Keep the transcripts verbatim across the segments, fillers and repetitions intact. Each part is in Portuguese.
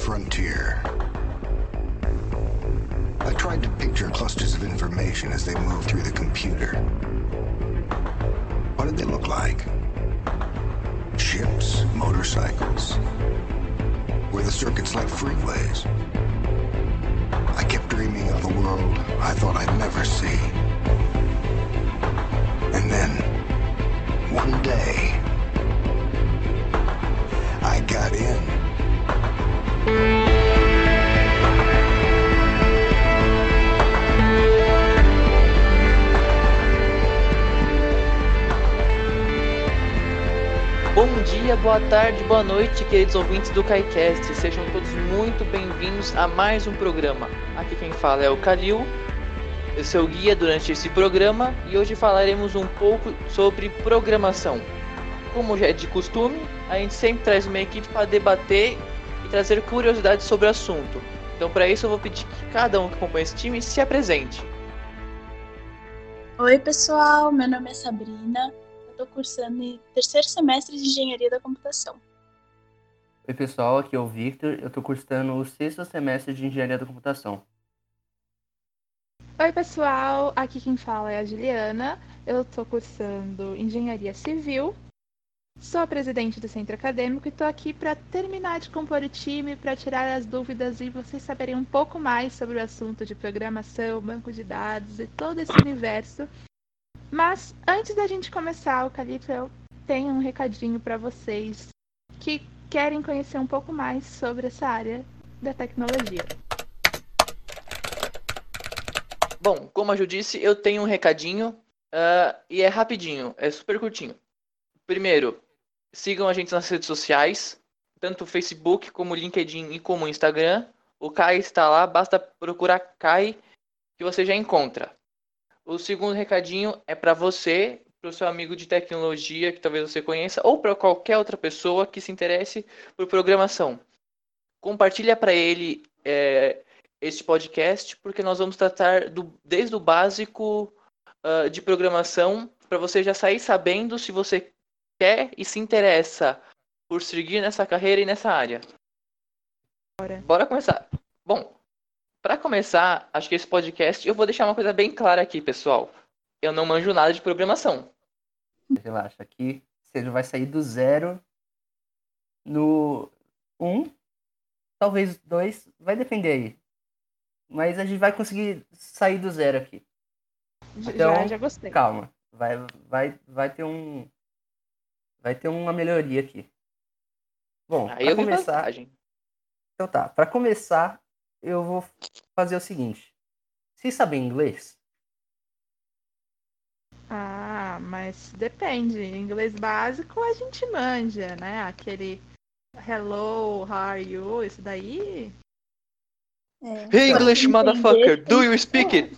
frontier. I tried to picture clusters of information as they moved through the computer. What did they look like? Ships, motorcycles? Were the circuits like freeways? I kept dreaming of a world I thought I'd never see. And then, one day, I got in. Bom dia, boa tarde, boa noite, queridos ouvintes do KaiCast. Sejam todos muito bem-vindos a mais um programa. Aqui quem fala é o Kalil, eu sou o guia durante esse programa e hoje falaremos um pouco sobre programação. Como já é de costume, a gente sempre traz uma equipe para debater e trazer curiosidades sobre o assunto. Então, para isso, eu vou pedir que cada um que acompanha esse time se apresente. Oi, pessoal, meu nome é Sabrina. Estou cursando em terceiro semestre de Engenharia da Computação. Oi pessoal, aqui é o Victor, eu estou cursando o sexto semestre de Engenharia da Computação. Oi pessoal, aqui quem fala é a Juliana, eu estou cursando Engenharia Civil, sou a presidente do Centro Acadêmico e estou aqui para terminar de compor o time, para tirar as dúvidas e vocês saberem um pouco mais sobre o assunto de programação, banco de dados e todo esse universo. Mas, antes da gente começar, o Calipso, eu tenho um recadinho para vocês que querem conhecer um pouco mais sobre essa área da tecnologia. Bom, como a Ju disse, eu tenho um recadinho uh, e é rapidinho, é super curtinho. Primeiro, sigam a gente nas redes sociais, tanto o Facebook como o LinkedIn e como o Instagram. O Kai está lá, basta procurar Kai que você já encontra. O segundo recadinho é para você, para o seu amigo de tecnologia que talvez você conheça, ou para qualquer outra pessoa que se interesse por programação. Compartilha para ele é, este podcast, porque nós vamos tratar do, desde o básico uh, de programação, para você já sair sabendo se você quer e se interessa por seguir nessa carreira e nessa área. Bora, Bora começar. Bom, para começar, acho que esse podcast, eu vou deixar uma coisa bem clara aqui, pessoal. Eu não manjo nada de programação. Relaxa, aqui você vai sair do zero no um, talvez dois, vai depender aí. Mas a gente vai conseguir sair do zero aqui. Então, já, já gostei. Calma, vai, vai, vai ter um, vai ter uma melhoria aqui. Bom, Aí para eu vi começar, vantagem. então tá, para começar eu vou fazer o seguinte. Vocês sabem inglês? Ah, mas depende. Inglês básico a gente manja, né? Aquele hello, how are you, isso daí. É, Hey, English entender, motherfucker, do you speak it?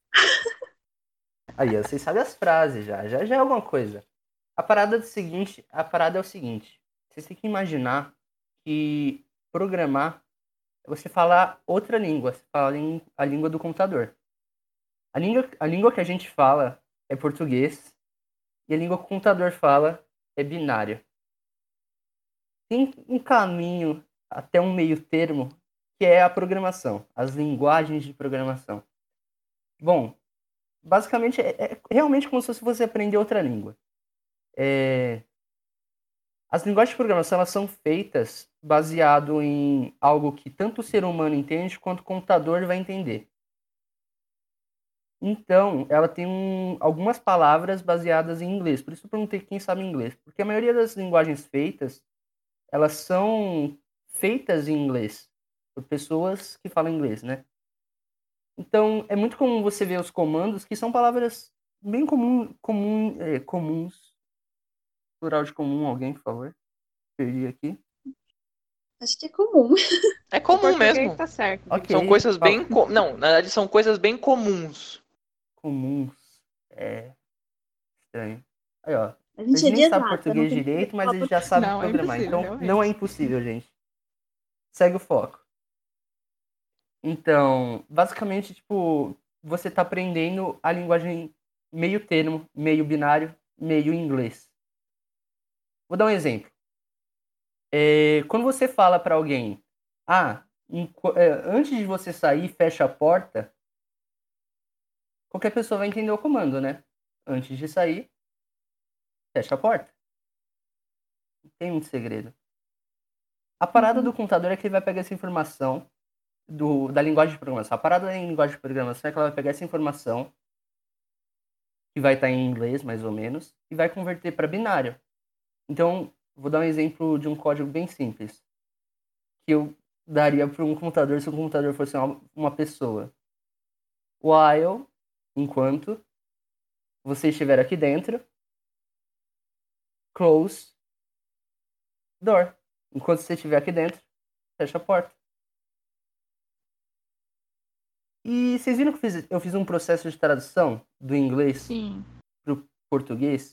Aí, ó, vocês sabem as frases já, já, já é alguma coisa. A parada é o seguinte, a parada é o seguinte. Vocês têm que imaginar que programar é você falar outra língua, você fala a língua do computador. A língua, a língua que a gente fala é português e a língua que o computador fala é binário. Tem um caminho até um meio termo que é a programação, as linguagens de programação. Bom, basicamente é, é realmente como se você aprender outra língua. É... As linguagens de programação elas são feitas baseado em algo que tanto o ser humano entende quanto o computador vai entender. Então, ela tem um, algumas palavras baseadas em inglês. Por isso eu perguntei quem sabe inglês. Porque a maioria das linguagens feitas, elas são feitas em inglês. Por pessoas que falam inglês, né? Então, é muito comum você ver os comandos que são palavras bem comum, comum, é, comuns. Plural de comum, alguém, por favor. Perdi aqui. acho que é comum. É O comum português mesmo. tá certo. Ok. São coisas fala- bem... Co... Não, na verdade são coisas bem comuns. Comuns. É estranho. Aí, ó. A Eles gente é de nem sabem exata, português não tem direito, que mas falar eles já sabem Não, é programar. impossível, Então, realmente. não é impossível, gente. Segue o foco. Então, basicamente, tipo, você tá aprendendo a linguagem meio termo, meio binário, meio inglês. Vou dar um exemplo. É, quando você fala para alguém, Ah, enqu- é, antes de você sair, fecha a porta. Qualquer pessoa vai entender o comando, né? Antes de sair, fecha a porta. Não tem muito segredo. A parada Uhum. do computador é que ele vai pegar essa informação do, da linguagem de programação. A parada da linguagem de programação é que ela vai pegar essa informação, que vai estar em inglês, mais ou menos, e vai converter para binário. Então, vou dar um exemplo de um código bem simples, que eu daria para um computador se o computador fosse uma, uma pessoa. While, enquanto você estiver aqui dentro, close door. Enquanto você estiver aqui dentro, fecha a porta. E vocês viram que eu fiz, eu fiz um processo de tradução do inglês Sim. para o português?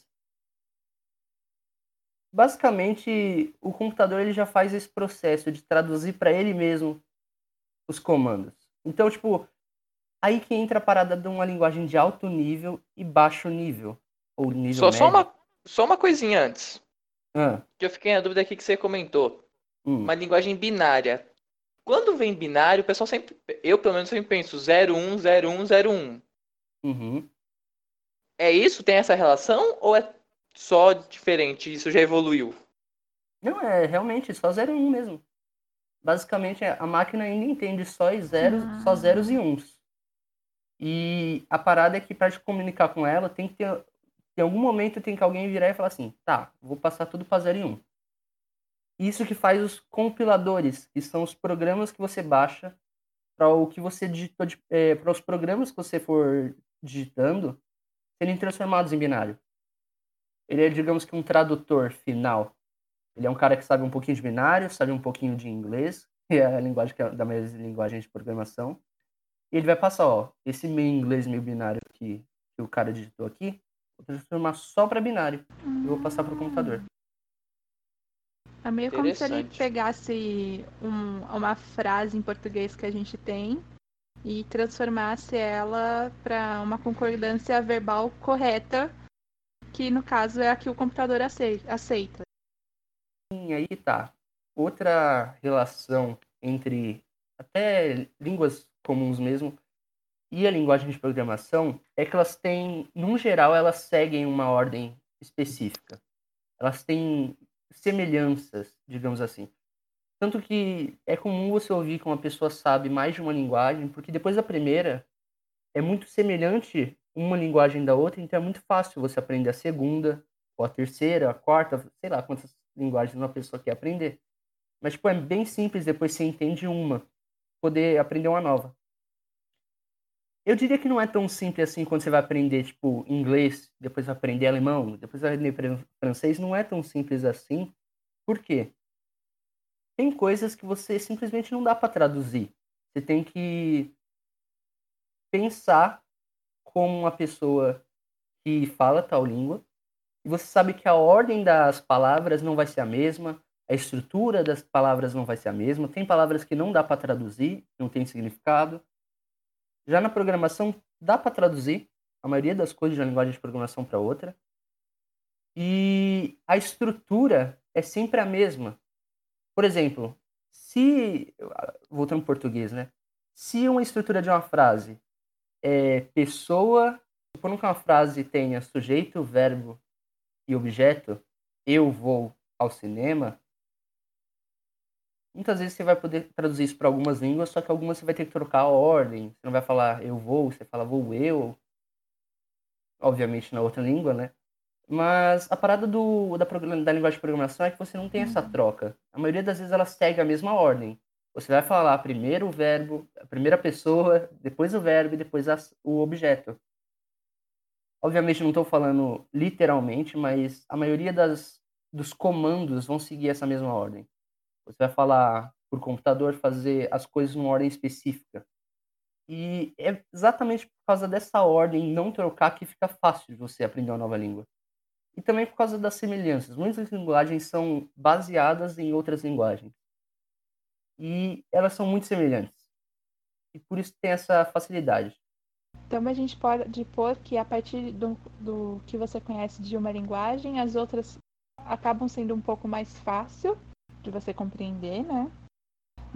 Basicamente, o computador ele já faz esse processo de traduzir para ele mesmo os comandos. Então, tipo, aí que entra a parada de uma linguagem de alto nível e baixo nível, ou nível Só, só, médio. uma, só uma coisinha antes. Ah, Que eu fiquei na dúvida aqui que você comentou. hum, Uma linguagem binária. Quando vem binário, o pessoal sempre. Eu, pelo menos, sempre penso zero um zero um zero um. uhum. É isso? Tem essa relação? Ou é só diferente? Isso já evoluiu? Não, é realmente só zero e um mesmo. Basicamente, a máquina ainda entende só e zeros, Ah. só zeros e uns. E a parada é que para te comunicar com ela, tem que ter. Em algum momento tem que alguém virar e falar assim, tá, vou passar tudo para zero e um. Isso que faz os compiladores, que são os programas que você baixa para o que você digitou, é, para os programas que você for digitando serem transformados em binário. Ele é, digamos que, um tradutor final. Ele é um cara que sabe um pouquinho de binário, sabe um pouquinho de inglês, que é a linguagem que é da maioria das linguagens de programação. E ele vai passar, ó, esse meio inglês, meio binário que, que o cara digitou aqui, vou transformar só para binário e vou passar para o computador. É meio como se ele Interessante. pegasse um- uma frase em português que a gente tem e transformasse ela para uma concordância verbal correta, que no caso é a que o computador acei- aceita. E aí tá. Outra relação entre até línguas comuns mesmo e a linguagem de programação é que elas têm, num geral, elas seguem uma ordem específica. Elas têm semelhanças, digamos assim. Tanto que é comum você ouvir que uma pessoa sabe mais de uma linguagem, porque depois da primeira é muito semelhante uma linguagem da outra, então é muito fácil você aprender a segunda, ou a terceira, a quarta, sei lá quantas linguagens uma pessoa quer aprender. Mas, tipo, é bem simples depois você entende uma, poder aprender uma nova. Eu diria que não é tão simples assim quando você vai aprender, tipo, inglês, depois vai aprender alemão, depois vai aprender francês, não é tão simples assim. Por quê? Tem coisas que você simplesmente não dá para traduzir. Você tem que pensar como uma pessoa que fala tal língua, e você sabe que a ordem das palavras não vai ser a mesma, a estrutura das palavras não vai ser a mesma, tem palavras que não dá para traduzir, não tem significado. Já na programação, dá para traduzir a maioria das coisas de uma linguagem de programação para outra, e a estrutura é sempre a mesma. Por exemplo, se, voltando ao português, né? Se uma estrutura de uma frase é pessoa, supondo que uma frase tenha sujeito, verbo e objeto, eu vou ao cinema, muitas vezes você vai poder traduzir isso para algumas línguas, só que algumas você vai ter que trocar a ordem. Você não vai falar eu vou, você fala vou eu, obviamente na outra língua, né? Mas a parada do, da, program- da linguagem de programação é que você não tem essa troca. A maioria das vezes ela segue a mesma ordem. Você vai falar primeiro o verbo, a primeira pessoa, depois o verbo e depois as- o objeto. Obviamente não estou falando literalmente, mas a maioria das, dos comandos vão seguir essa mesma ordem. Você vai falar por computador fazer as coisas numa ordem específica. E é exatamente por causa dessa ordem não trocar que fica fácil de você aprender uma nova língua. E também por causa das semelhanças. Muitas linguagens são baseadas em outras linguagens. E elas são muito semelhantes. E por isso tem essa facilidade. Então a gente pode pôr que a partir do, do que você conhece de uma linguagem, as outras acabam sendo um pouco mais fácil de você compreender, né?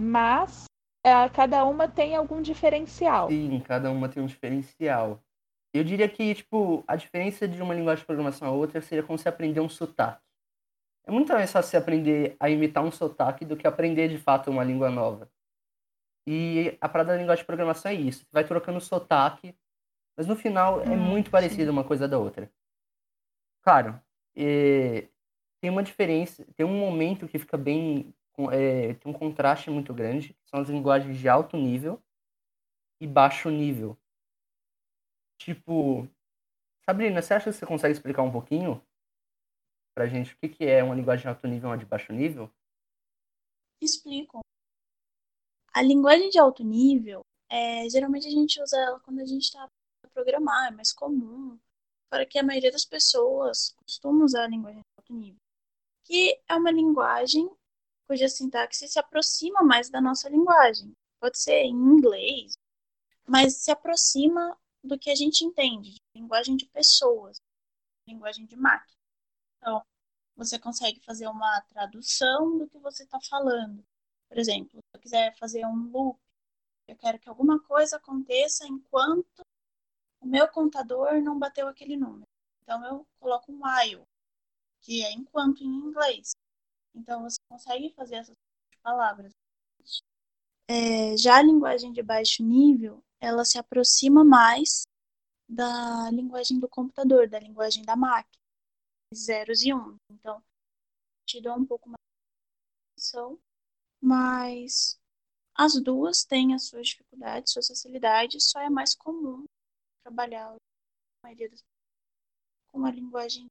mas é, cada uma tem algum diferencial. Sim, cada uma tem um diferencial. Eu diria que, tipo, a diferença de uma linguagem de programação a outra seria como você aprender um sotaque. É muito mais fácil você aprender a imitar um sotaque do que aprender, de fato, uma língua nova. E a parada da linguagem de programação é isso. Você vai trocando sotaque, mas no final é Hum, muito sim. parecido uma coisa da outra. Claro, é, tem uma diferença, tem um momento que fica bem... com- é, tem um contraste muito grande, que são as linguagens de alto nível e baixo nível. Tipo, Sabrina, você acha que você consegue explicar um pouquinho pra gente o que, que é uma linguagem de alto nível e uma de baixo nível? Explico. A linguagem de alto nível, é, geralmente a gente usa ela quando a gente está a programar, é mais comum, para que a maioria das pessoas costuma usar a linguagem de alto nível, que é uma linguagem cuja sintaxe se aproxima mais da nossa linguagem. Pode ser em inglês, mas se aproxima do que a gente entende, de linguagem de pessoas, linguagem de máquina. Então, você consegue fazer uma tradução do que você está falando. Por exemplo, se eu quiser fazer um loop, eu quero que alguma coisa aconteça enquanto o meu contador não bateu aquele número. Então, eu coloco um while, que é enquanto em inglês. Então, você consegue fazer essas palavras. É, já a linguagem de baixo nível, ela se aproxima mais da linguagem do computador, da linguagem da máquina, zeros e uns. Então, te dá um pouco mais de atenção, mas as duas têm as suas dificuldades, suas facilidades, só é mais comum trabalhar a maioria das com a linguagem.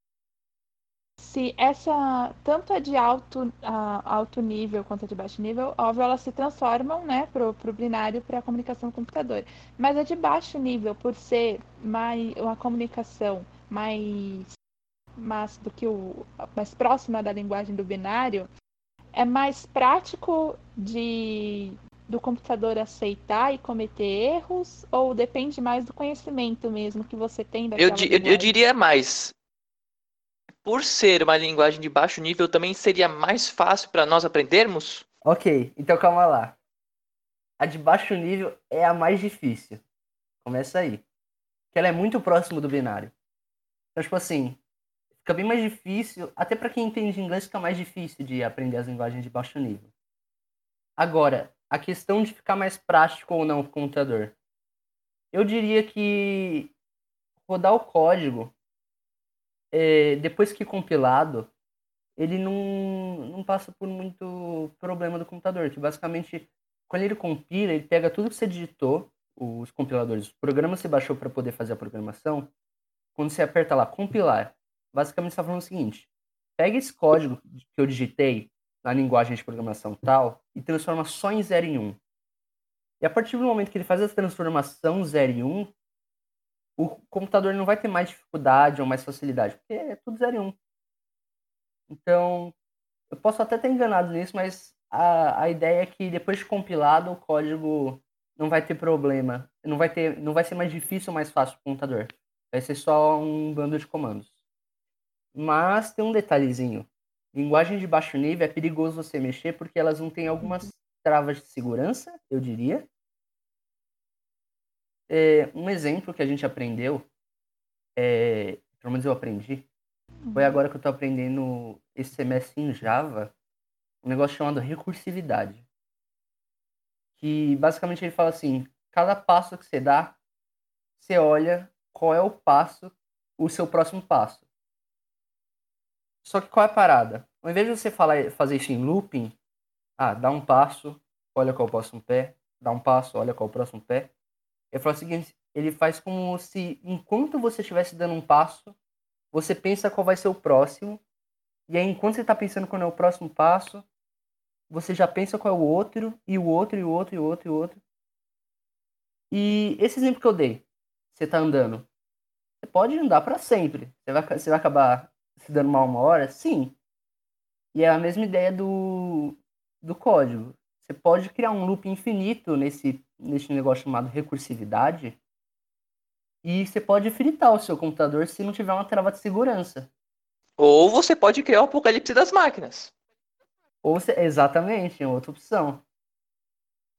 Se essa, tanto a de alto, a, alto nível quanto a de baixo nível, óbvio, elas se transformam, né, pro, pro binário, para a comunicação com o computador. Mas a de baixo nível, por ser mais, uma comunicação mais, mais do que o mais próxima da linguagem do binário, é mais prático de do computador aceitar e cometer erros, ou depende mais do conhecimento mesmo que você tem Eu, daquela di- eu, eu linguagem? diria mais. Por ser uma linguagem de baixo nível, também seria mais fácil para nós aprendermos? Ok, então calma lá. A de baixo nível é a mais difícil. Começa aí. Porque ela é muito próximo do binário. Então, tipo assim, fica bem mais difícil, até para quem entende inglês fica mais difícil de aprender as linguagens de baixo nível. Agora, a questão de ficar mais prático ou não com o computador. Eu diria que rodar o código, é, depois que compilado, ele não, não passa por muito problema do computador. Que basicamente, quando ele compila, ele pega tudo que você digitou, os compiladores, os programas que você baixou para poder fazer a programação. Quando você aperta lá, compilar, basicamente você está falando o seguinte: pega esse código que eu digitei na linguagem de programação tal e transforma só em zero e um. E a partir do momento que ele faz essa transformação zero e um, o computador não vai ter mais dificuldade ou mais facilidade, porque é tudo zero e um. Então, eu posso até estar enganado nisso, mas a, a ideia é que depois de compilado, o código não vai ter problema. Não vai, ter, não vai ser mais difícil ou mais fácil para o computador. Vai ser só um bando de comandos. Mas tem um detalhezinho. Linguagem de baixo nível é perigoso você mexer porque elas não têm algumas travas de segurança, eu diria. É, um exemplo que a gente aprendeu, é, pelo menos eu aprendi, foi agora que eu estou aprendendo esse semestre em Java, um negócio chamado recursividade. Que basicamente ele fala assim, cada passo que você dá, você olha qual é o passo, o seu próximo passo. Só que qual é a parada? Ao invés de você falar, fazer isso em looping, ah, dá um passo, olha qual é o próximo pé, dá um passo, olha qual é o próximo pé. Ele fala o seguinte, ele faz como se, enquanto você estivesse dando um passo, você pensa qual vai ser o próximo, e aí enquanto você está pensando qual é o próximo passo, você já pensa qual é o outro, e o outro, e o outro, e o outro, e o outro. E esse exemplo que eu dei, você está andando, você pode andar para sempre. Você vai, você vai acabar se dando mal uma hora? Sim. E é a mesma ideia do, do código. Você pode criar um loop infinito nesse, nesse negócio chamado recursividade, e você pode fritar o seu computador se não tiver uma trava de segurança. Ou você pode criar o apocalipse das máquinas. Ou você, exatamente, é outra opção.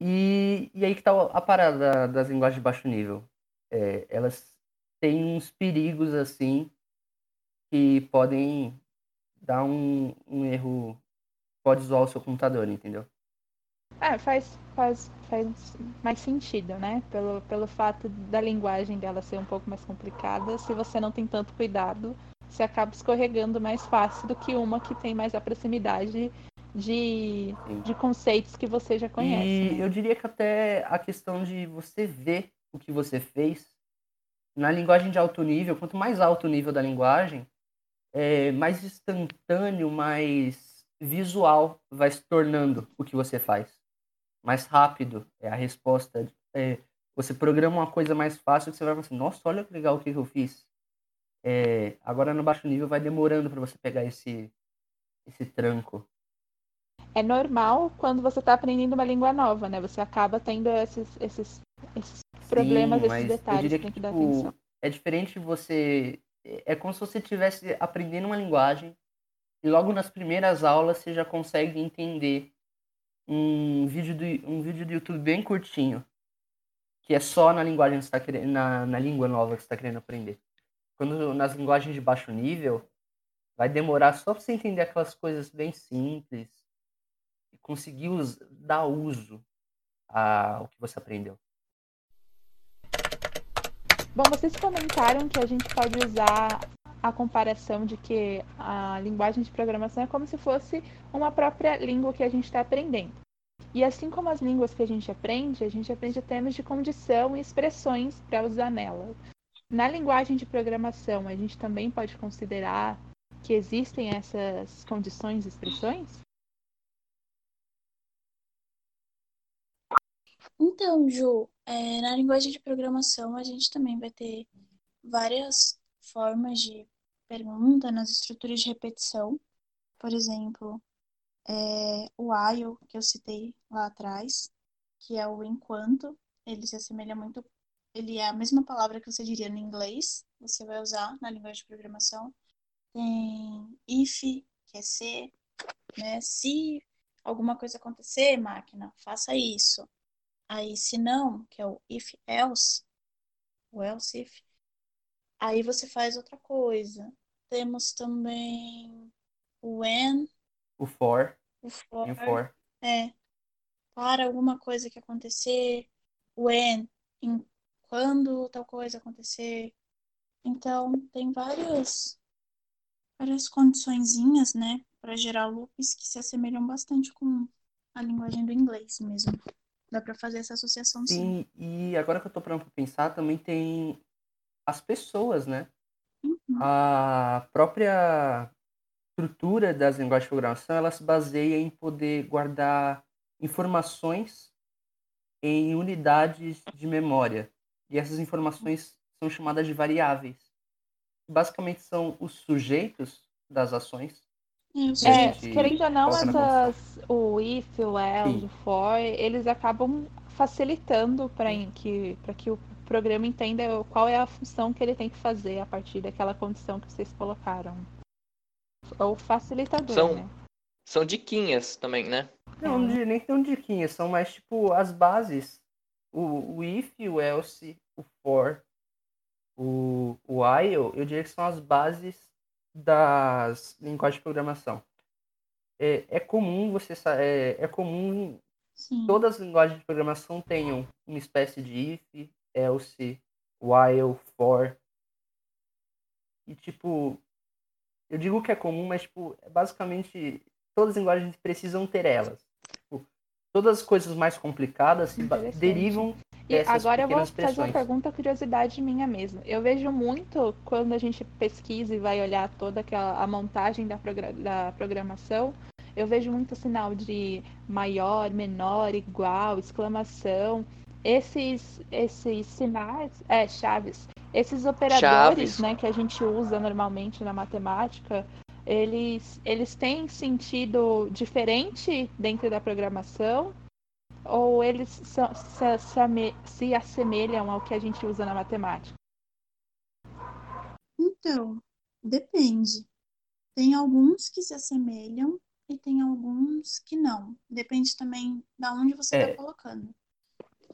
E, e aí que tá a parada da- das linguagens de baixo nível. É, elas têm uns perigos, assim, que podem dar um, um erro, pode zoar o seu computador, entendeu? É, faz, faz, faz mais sentido, né? Pelo, pelo fato da linguagem dela ser um pouco mais complicada, se você não tem tanto cuidado, você acaba escorregando mais fácil do que uma que tem mais a proximidade de, Sim. de conceitos que você já conhece, E né? eu diria que até a questão de você ver o que você fez na linguagem de alto nível, quanto mais alto o nível da linguagem, é, mais instantâneo, mais visual vai se tornando o que você faz. Mais rápido é a resposta. É, você programa uma coisa mais fácil que você vai falar assim, nossa, olha que legal o que eu fiz. É, agora no baixo nível vai demorando para você pegar esse, esse tranco. É normal quando você está aprendendo uma língua nova, né? Você acaba tendo esses, esses, esses problemas, Sim, esses mas eu detalhes diria que que tem que dar atenção. tipo, é diferente você. É é como se você estivesse aprendendo uma linguagem e logo nas primeiras aulas você já consegue entender um vídeo do, um vídeo do YouTube bem curtinho, que é só na linguagem que você tá querendo, na, na língua nova que você está querendo aprender. Quando nas linguagens de baixo nível, vai demorar só para você entender aquelas coisas bem simples e conseguir us- dar uso ao que você aprendeu. Bom, vocês comentaram que a gente pode usar a comparação de que a linguagem de programação é como se fosse uma própria língua que a gente está aprendendo. E assim como as línguas que a gente aprende, a gente aprende termos de condição e expressões para usar nela. Na linguagem de programação, a gente também pode considerar que existem essas condições e expressões? Então, Ju, é, na linguagem de programação a gente também vai ter várias formas de pergunta nas estruturas de repetição. Por exemplo, é, o while, que eu citei lá atrás, que é o enquanto, ele se assemelha muito, ele é a mesma palavra que você diria no inglês, você vai usar na linguagem de programação. Tem if, que é se, né? Se alguma coisa acontecer, máquina, faça isso. Aí, se não, que é o if else, o else if, aí você faz outra coisa. Temos também o when, O for, o for, tem o for. é, para alguma coisa que acontecer, when, em, quando tal coisa acontecer. Então, tem várias, várias condiçõezinhas, né, para gerar loops que se assemelham bastante com a linguagem do inglês mesmo. Dá para fazer essa associação, sim. Sim, e agora que eu tô parando pra pensar, também tem as pessoas, né? Uhum. A própria estrutura das linguagens de programação, ela se baseia em poder guardar informações em unidades de memória. E essas informações são chamadas de variáveis. Basicamente são os sujeitos das ações É, o que a É, sujeito. gente querendo ou não, coloca na condição. essas, o if, o else, Sim, o for, eles acabam facilitando para que, para que o programa entenda qual é a função que ele tem que fazer a partir daquela condição que vocês colocaram. Ou facilitador, São, né? são diquinhas também, né? não, não diria nem que tem um diquinha, são mais tipo as bases. O, o if, o else, o for, o, o while, eu diria que são as bases das linguagens de programação. É, é comum você sa- é, é comum Sim. todas as linguagens de programação tenham uma espécie de if, else, while, for. E tipo, eu digo que é comum, mas tipo, é basicamente todas as linguagens precisam ter elas. Tipo, todas as coisas mais complicadas se ba- Interessante. derivam E dessas agora eu vou pequenas fazer uma expressões. pergunta, curiosidade minha mesmo. Eu vejo muito quando a gente pesquisa e vai olhar toda aquela a montagem da, progra da programação, eu vejo muito sinal de maior, menor, igual, exclamação. Esses, esses sinais, é, chaves, esses operadores, Chaves. né, que a gente usa normalmente na matemática, eles, eles têm sentido diferente dentro da programação? Ou eles são- se, se ame- se assemelham ao que a gente usa na matemática? Então, depende. Tem alguns que se assemelham e tem alguns que não. Depende também da onde você está É, colocando.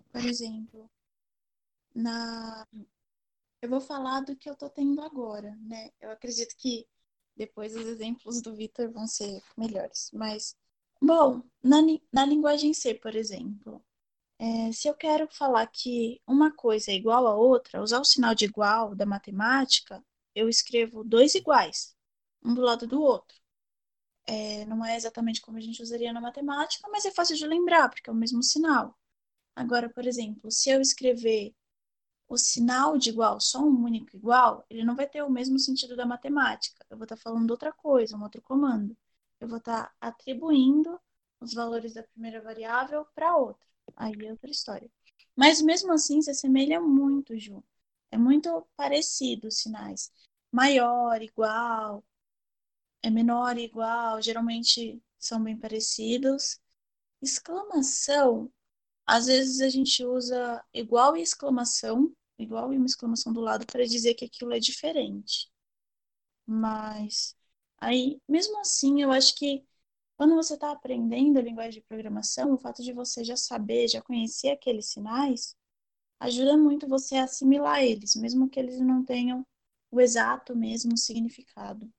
Por exemplo, na... eu vou falar do que eu tô tendo agora, né? Eu acredito que depois os exemplos do Vitor vão ser melhores. Mas, bom, na, li- na linguagem C, por exemplo, é, se eu quero falar que uma coisa é igual a outra, usar o sinal de igual da matemática, eu escrevo dois iguais, um do lado do outro. É, não é exatamente como a gente usaria na matemática, mas é fácil de lembrar, porque é o mesmo sinal. Agora, por exemplo, se eu escrever o sinal de igual, só um único igual, ele não vai ter o mesmo sentido da matemática. Eu vou estar falando outra coisa, um outro comando. Eu vou estar atribuindo os valores da primeira variável para outra. Aí é outra história. Mas mesmo assim se assemelha muito, Ju. É muito parecido os sinais. Maior, igual, é menor, igual, geralmente são bem parecidos. Exclamação, às vezes a gente usa igual e exclamação, igual e uma exclamação do lado para dizer que aquilo é diferente. Mas aí, mesmo assim, eu acho que quando você está aprendendo a linguagem de programação, o fato de você já saber, já conhecer aqueles sinais, ajuda muito você a assimilar eles, mesmo que eles não tenham o exato mesmo significado.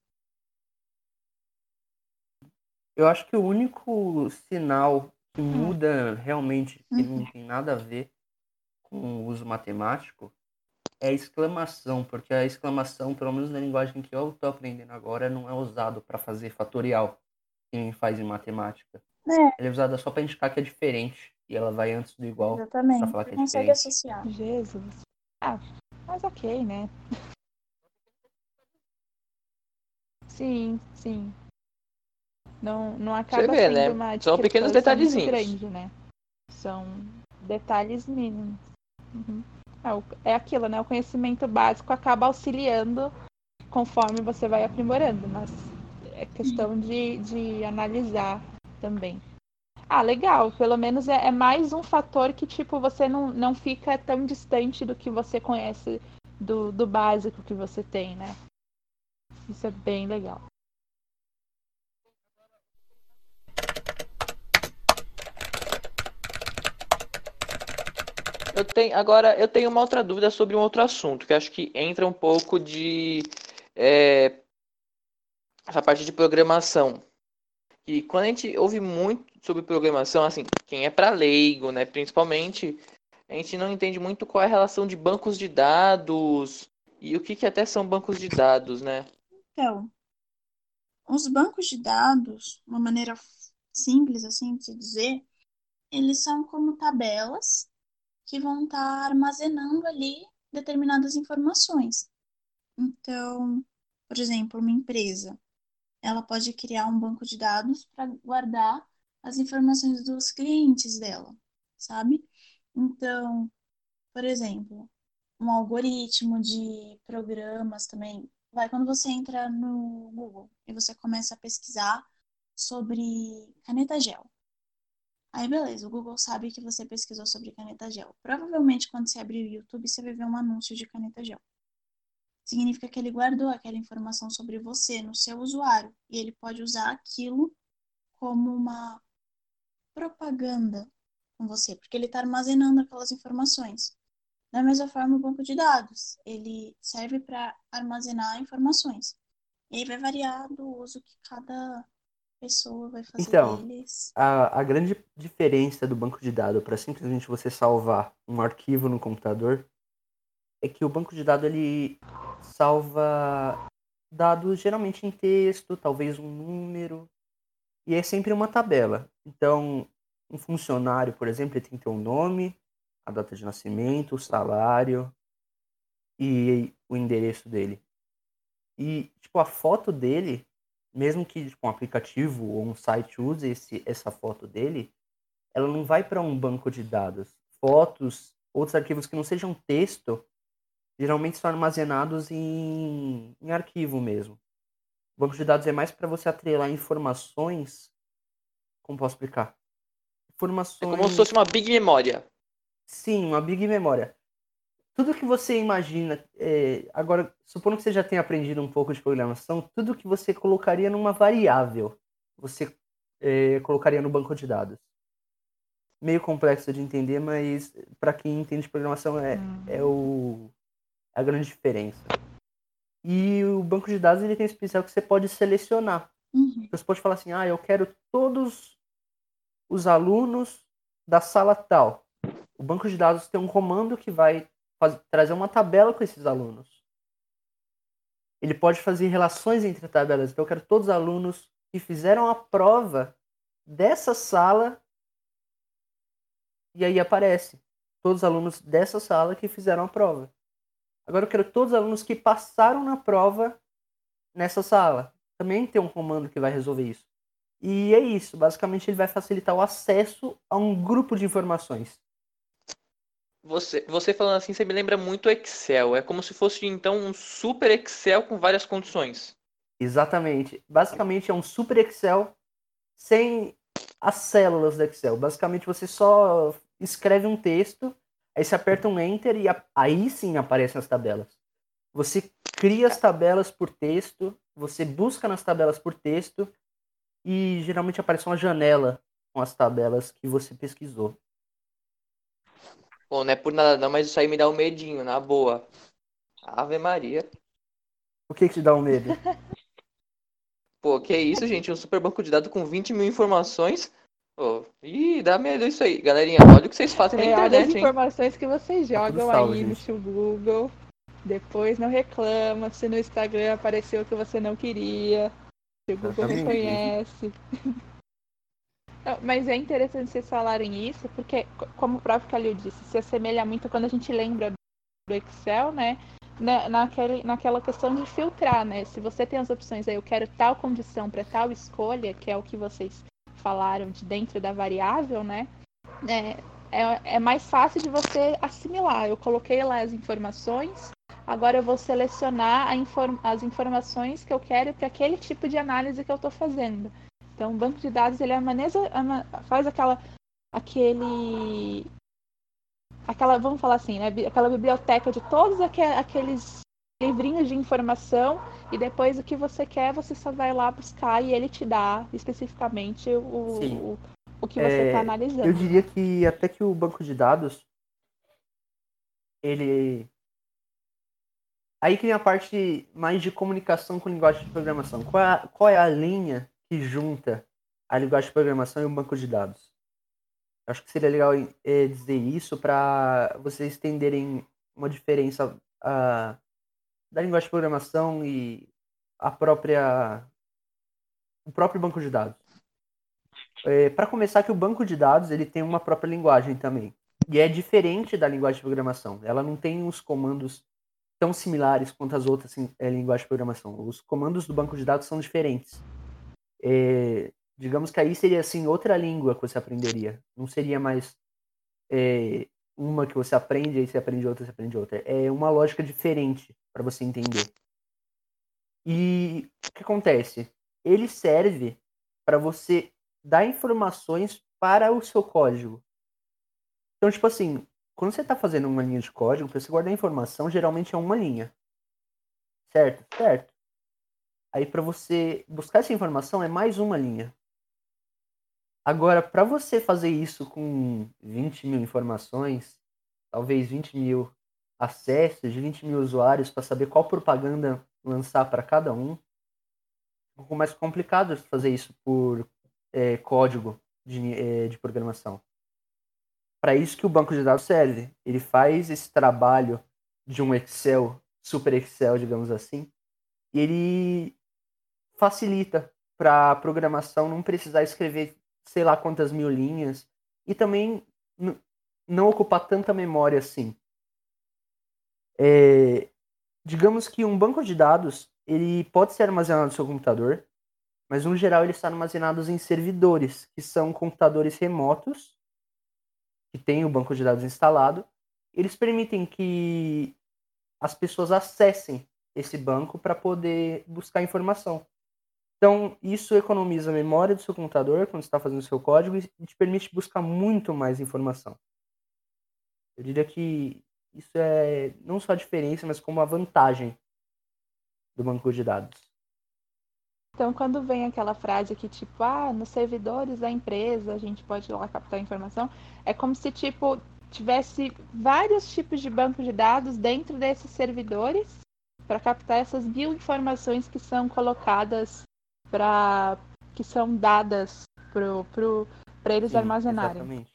Eu acho que o único sinal que Hum. muda realmente, que Uhum. não tem nada a ver com o uso matemático, é a exclamação, porque a exclamação, pelo menos na linguagem que eu estou aprendendo agora, não é usado para fazer fatorial, que nem faz em matemática. É, Ela é usada só para indicar que é diferente, e ela vai antes do igual para exatamente. falar Você que é consegue diferente. associar. Jesus. Ah, mas ok, né? Sim, sim. Não, não Você acaba vê, sendo né? uma São pequenos discrepância muito detalhezinhos. grande, né? São detalhes mínimos. Uhum. É, o- é aquilo, né? O conhecimento básico acaba auxiliando conforme você vai aprimorando, mas é questão de, de analisar também. Ah, legal. Pelo menos é, é mais um fator que, tipo, você não, não fica tão distante do que você conhece do, do básico que você tem, né? Isso é bem legal. Eu tenho, agora, eu tenho uma outra dúvida sobre um outro assunto, que acho que entra um pouco de é, essa parte de programação. E quando a gente ouve muito sobre programação, assim, quem é para leigo, né, principalmente, a gente não entende muito qual é a relação de bancos de dados e o que, que até são bancos de dados, né? Então, os bancos de dados, uma maneira simples assim de se dizer, eles são como tabelas que vão estar armazenando ali determinadas informações. Então, por exemplo, uma empresa, ela pode criar um banco de dados para guardar as informações dos clientes dela, sabe? Então, por exemplo, um algoritmo de programas também. Vai quando você entra no Google e você começa a pesquisar sobre caneta gel. Aí, beleza, o Google sabe que você pesquisou sobre caneta gel. Provavelmente, quando você abrir o YouTube, você vai ver um anúncio de caneta gel. Significa que ele guardou aquela informação sobre você no seu usuário e ele pode usar aquilo como uma propaganda com você, porque ele está armazenando aquelas informações. Da mesma forma, o banco de dados, ele serve para armazenar informações. E aí vai variar do uso que cada pessoa vai fazer Então, deles. a, a grande diferença do banco de dados para simplesmente você salvar um arquivo no computador é que o banco de dados ele salva dados geralmente em texto, talvez um número, e é sempre uma tabela. Então, um funcionário, por exemplo, ele tem que ter um nome, a data de nascimento, o salário e o endereço dele. E, tipo, a foto dele, mesmo que tipo, um aplicativo ou um site use esse, essa foto dele, ela não vai para um banco de dados. Fotos, outros arquivos que não sejam texto, geralmente são armazenados em, em arquivo mesmo. O banco de dados é mais para você atrelar informações. Como posso explicar? É como se fosse Informações. uma big memória. Sim, uma big memória. Tudo que você imagina. É, agora, supondo que você já tenha aprendido um pouco de programação, tudo que você colocaria numa variável, você é, colocaria no banco de dados. meio complexa de entender, mas para quem entende programação é, Hum. é o, a grande diferença. E o banco de dados ele tem esse especial que você pode selecionar. Uhum. Você pode falar assim, ah, eu quero todos os alunos da sala tal. O banco de dados tem um comando que vai faz, trazer uma tabela com esses alunos. Ele pode fazer relações entre tabelas. Então eu quero todos os alunos que fizeram a prova dessa sala. E aí aparece todos os alunos dessa sala que fizeram a prova. Agora eu quero todos os alunos que passaram na prova nessa sala. Também tem um comando que vai resolver isso. E é isso. Basicamente ele vai facilitar o acesso a um grupo de informações. Você, você falando assim, você me lembra muito Excel. É como se fosse, então, um super Excel com várias condições. Exatamente. Basicamente é um super Excel sem as células do Excel. Basicamente você só escreve um texto, aí você aperta um Enter e a- aí sim aparecem as tabelas. Você cria as tabelas por texto, você busca nas tabelas por texto e geralmente aparece uma janela com as tabelas que você pesquisou. Bom, não é por nada não, mas isso aí me dá um medinho, na boa. Ave Maria. O que que te dá um medo? Pô, que isso, gente? Um super banco de dados com vinte mil informações. Pô, ih, dá medo isso aí. Galerinha, olha o que vocês fazem na É, olha as internet, hein? informações que vocês Tá tudo jogam salvo, aí no gente. seu Google. Depois não reclama se no Instagram apareceu o que você não queria. Se o Google Exatamente. reconhece. Não, mas é interessante vocês falarem isso, porque, co- como o próprio Calil disse, se assemelha muito quando a gente lembra do Excel, né? Na, naquele, naquela questão de filtrar, né? Se você tem as opções aí, eu quero tal condição para tal escolha, que é o que vocês falaram de dentro da variável, né? É, é, é mais fácil de você assimilar. Eu coloquei lá as informações, agora eu vou selecionar a inform- as informações que eu quero para aquele tipo de análise que eu estou fazendo. Então, o banco de dados ele ameniza, ama- faz aquela, aquele, aquela, vamos falar assim, né? bi- Aquela biblioteca de todos aque- aqueles livrinhos de informação e depois o que você quer você só vai lá buscar e ele te dá especificamente Sim. o, o, o que você está É, analisando. eu diria que até que o banco de dados, ele... Aí que vem a parte mais de comunicação com linguagem de programação. Qual é a, qual é a linha que junta a linguagem de programação e o banco de dados? Acho que seria legal é, dizer isso para vocês entenderem uma diferença a, da linguagem de programação e a própria o próprio banco de dados. É, para começar, que o banco de dados ele tem uma própria linguagem também e é diferente da linguagem de programação. Ela não tem os comandos tão similares quanto as outras é, linguagens de programação. Os comandos do banco de dados são diferentes. É, digamos que aí seria assim outra língua que você aprenderia. Não seria mais é, uma que você aprende, aí você aprende outra, você aprende outra. É uma lógica diferente para você entender. E o que acontece? Ele serve para você dar informações para o seu código. Então, tipo assim, quando você está fazendo uma linha de código, para você guardar informação, geralmente é uma linha. Certo? Certo. Aí para você buscar essa informação é mais uma linha. Agora, para você fazer isso com vinte mil informações, talvez vinte mil acessos, de vinte mil usuários, para saber qual propaganda lançar para cada um, é um pouco mais complicado fazer isso por é, código de, é, de programação. Para isso que o banco de dados serve. Ele faz esse trabalho de um Excel, super Excel, digamos assim, e ele facilita para a programação não precisar escrever sei lá quantas mil linhas e também n- não ocupar tanta memória assim. É, digamos que um banco de dados ele pode ser armazenado no seu computador, mas no geral eles estão armazenados em servidores, que são computadores remotos que têm o banco de dados instalado. Eles permitem que as pessoas acessem esse banco para poder buscar informação. Então, isso economiza a memória do seu computador quando você está fazendo o seu código e te permite buscar muito mais informação. Eu diria que isso é não só a diferença, mas como a vantagem do banco de dados. Então, quando vem aquela frase que, tipo, ah, nos servidores da empresa a gente pode ir lá captar informação, é como se, tipo, tivesse vários tipos de banco de dados dentro desses servidores para captar essas mil informações que são colocadas para que são dadas pro, pro, para eles Sim, armazenarem. exatamente.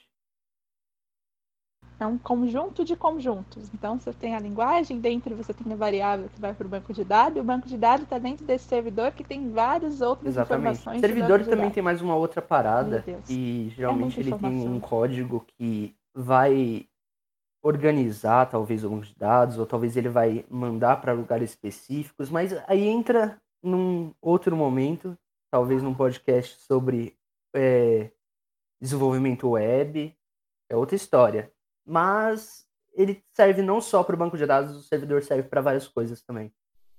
É um conjunto de conjuntos. Então, você tem a linguagem, dentro você tem a variável que vai para o banco de dados, e o banco de dados está dentro desse servidor que tem várias outras Exatamente. informações. O do servidor banco de também dados. tem mais uma outra Meu parada, Deus. e É geralmente muita ele tem informação. um código que vai organizar talvez o banco de dados, ou talvez ele vai mandar para lugares específicos, mas aí entra num outro momento, talvez num podcast sobre é, desenvolvimento web, é outra história. Mas ele serve não só para o banco de dados, o servidor serve para várias coisas também.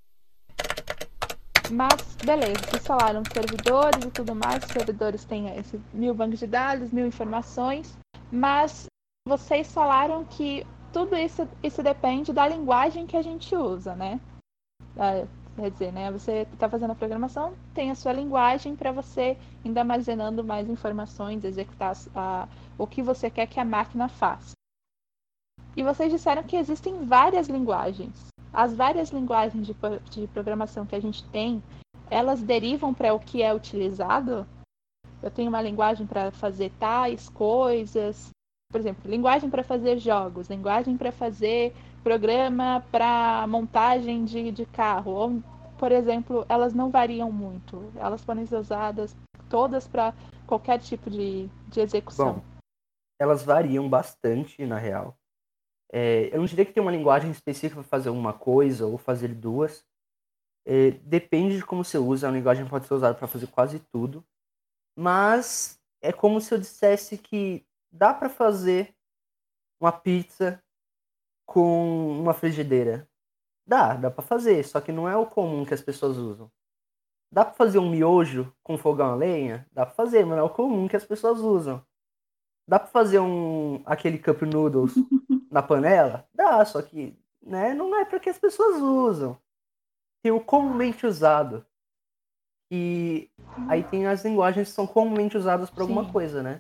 Mas, beleza, vocês falaram servidores e tudo mais, os servidores têm esses mil bancos de dados, mil informações, mas vocês falaram que tudo isso, isso depende da linguagem que a gente usa, né? Ah, quer dizer, né? Você está fazendo a programação, tem a sua linguagem para você ir armazenando mais informações, executar a, o que você quer que a máquina faça. E vocês disseram que existem várias linguagens. As várias linguagens de, de programação que a gente tem, elas derivam para o que é utilizado? Eu tenho uma linguagem para fazer tais coisas. Por exemplo, linguagem para fazer jogos, linguagem para fazer programa para montagem de, de carro. Ou, por exemplo, elas não variam muito. Elas podem ser usadas todas para qualquer tipo de, de execução. Bom, elas variam bastante, na real. É, eu não diria que tem uma linguagem específica para fazer uma coisa ou fazer duas. É, depende de como você usa. A linguagem pode ser usada para fazer quase tudo. Mas é como se eu dissesse que dá para fazer uma pizza com uma frigideira. Dá, dá para fazer, só que não é o comum que as pessoas usam. Dá para fazer um miojo com fogão a lenha? Dá para fazer, mas não é o comum que as pessoas usam. Dá para fazer um aquele cup noodles na panela? Dá, só que né, não é para que as pessoas usam. Tem o comumente usado. E aí tem as linguagens que são comumente usadas para alguma Sim. coisa, né?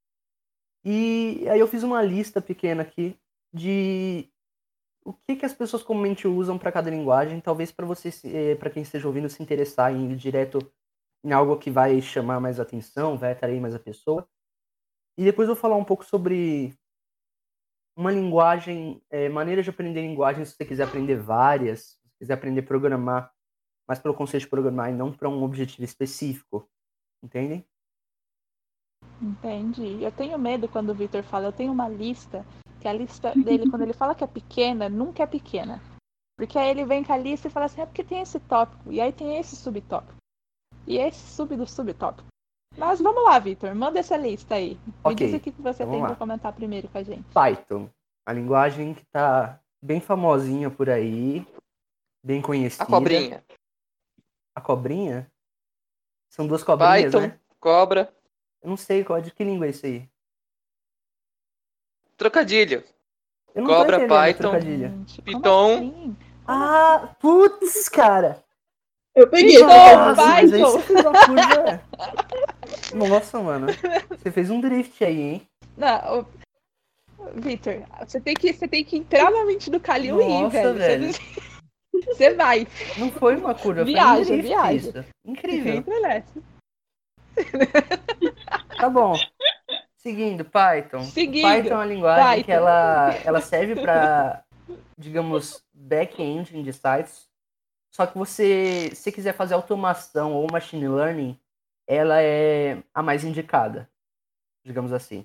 E aí eu fiz uma lista pequena aqui de o que, que as pessoas comumente usam para cada linguagem, talvez para você, para quem esteja ouvindo, se interessar em ir direto em algo que vai chamar mais atenção, vai atrair mais a pessoa. E depois eu vou falar um pouco sobre uma linguagem, é, maneiras de aprender linguagens, se você quiser aprender várias, se você quiser aprender a programar, mas pelo conceito de programar e não para um objetivo específico. Entendem? Entendi. Eu tenho medo quando o Victor fala, eu tenho uma lista, que a lista dele, quando ele fala que é pequena, nunca é pequena. Porque aí ele vem com a lista e fala assim, é porque tem esse tópico, e aí tem esse subtópico. E esse sub do subtópico. Mas vamos lá, Victor, manda essa lista aí. Me Ok, diz o que você então tem vamos para lá. comentar primeiro com a gente. Python, a linguagem que está bem famosinha por aí, bem conhecida. A cobrinha. A cobrinha? São duas cobrinhas, Python, né? cobra, Eu não sei qual de que língua é isso aí. trocadilho. Eu não Cobra, tô entendendo a Python, trocadilho. Gente, Python. Como assim? Ah, putz, cara! Eu peguei. Python, tá? Nossa, mas aí Python. você fez uma curva... Nossa, mano. Você fez um drift aí, hein? Não, ô, Victor, você tem que, você tem que entrar na mente do Calil e ir, Nossa, velho. velho. Você, você vai. Não foi uma curva, Viaja, foi um drift viaja. isso. Incrível. Entra nessa. Tá bom. Seguindo, Python. Seguindo, Python é uma linguagem Python. que ela, ela serve para, digamos, back-end de sites. Só que você, se quiser fazer automação ou machine learning, ela é a mais indicada, digamos assim.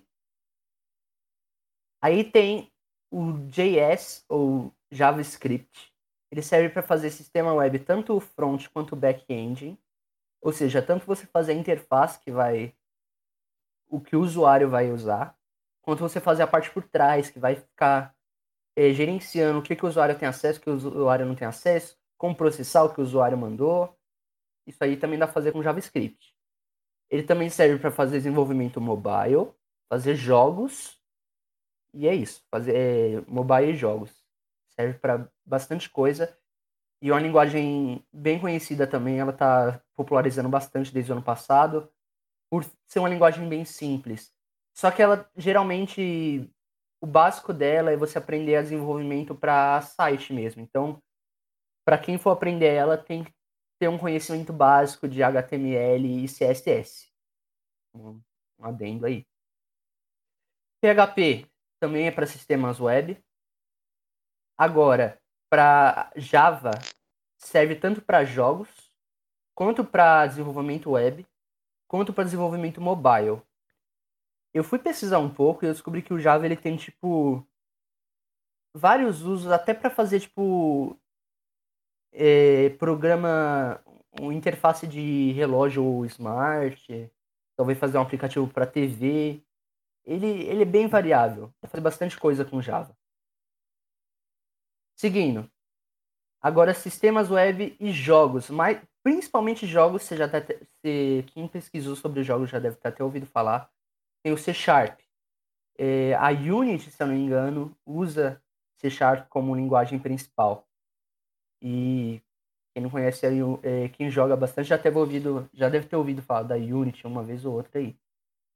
Aí tem o J S, ou JavaScript. Ele serve para fazer sistema web, tanto o front quanto o back-end. Ou seja, tanto você fazer a interface, que vai o que o usuário vai usar, quanto você fazer a parte por trás, que vai ficar é, gerenciando o que, que o usuário tem acesso, o que o usuário não tem acesso, como processar o que o usuário mandou. Isso aí também dá para fazer com JavaScript. Ele também serve para fazer desenvolvimento mobile, fazer jogos, e é isso, fazer é, mobile e jogos. Serve para bastante coisa. E é uma linguagem bem conhecida também, ela está popularizando bastante desde o ano passado, por ser uma linguagem bem simples. Só que ela, geralmente, o básico dela é você aprender a desenvolvimento para site mesmo. Então, para quem for aprender ela, tem que ter um conhecimento básico de H T M L e C S S. Um, um adendo aí. P H P também é para sistemas web. Agora, para Java, serve tanto para jogos, quanto para desenvolvimento web, quanto para desenvolvimento mobile. Eu fui pesquisar um pouco e eu descobri que o Java ele tem tipo vários usos até para fazer tipo é, programa, uma interface de relógio ou smart, talvez fazer um aplicativo para T V. Ele, ele é bem variável, dá pra fazer bastante coisa com Java. Seguindo, agora sistemas web e jogos, mas principalmente jogos, você já deve ter, você, quem pesquisou sobre jogos já deve ter até ouvido falar. Tem o C Sharp. É, a Unity, se eu não me engano, usa C Sharp como linguagem principal. E quem não conhece, é, quem joga bastante já deve, ouvido, já deve ter ouvido falar da Unity uma vez ou outra aí.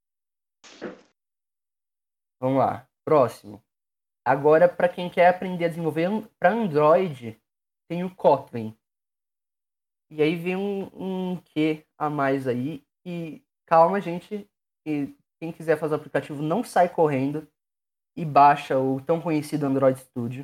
Vamos lá, próximo. Agora, para quem quer aprender a desenvolver para Android, tem o Kotlin. E aí vem um, um quê a mais aí. E calma, gente. E quem quiser fazer o aplicativo, não sai correndo e baixa o tão conhecido Android Studio.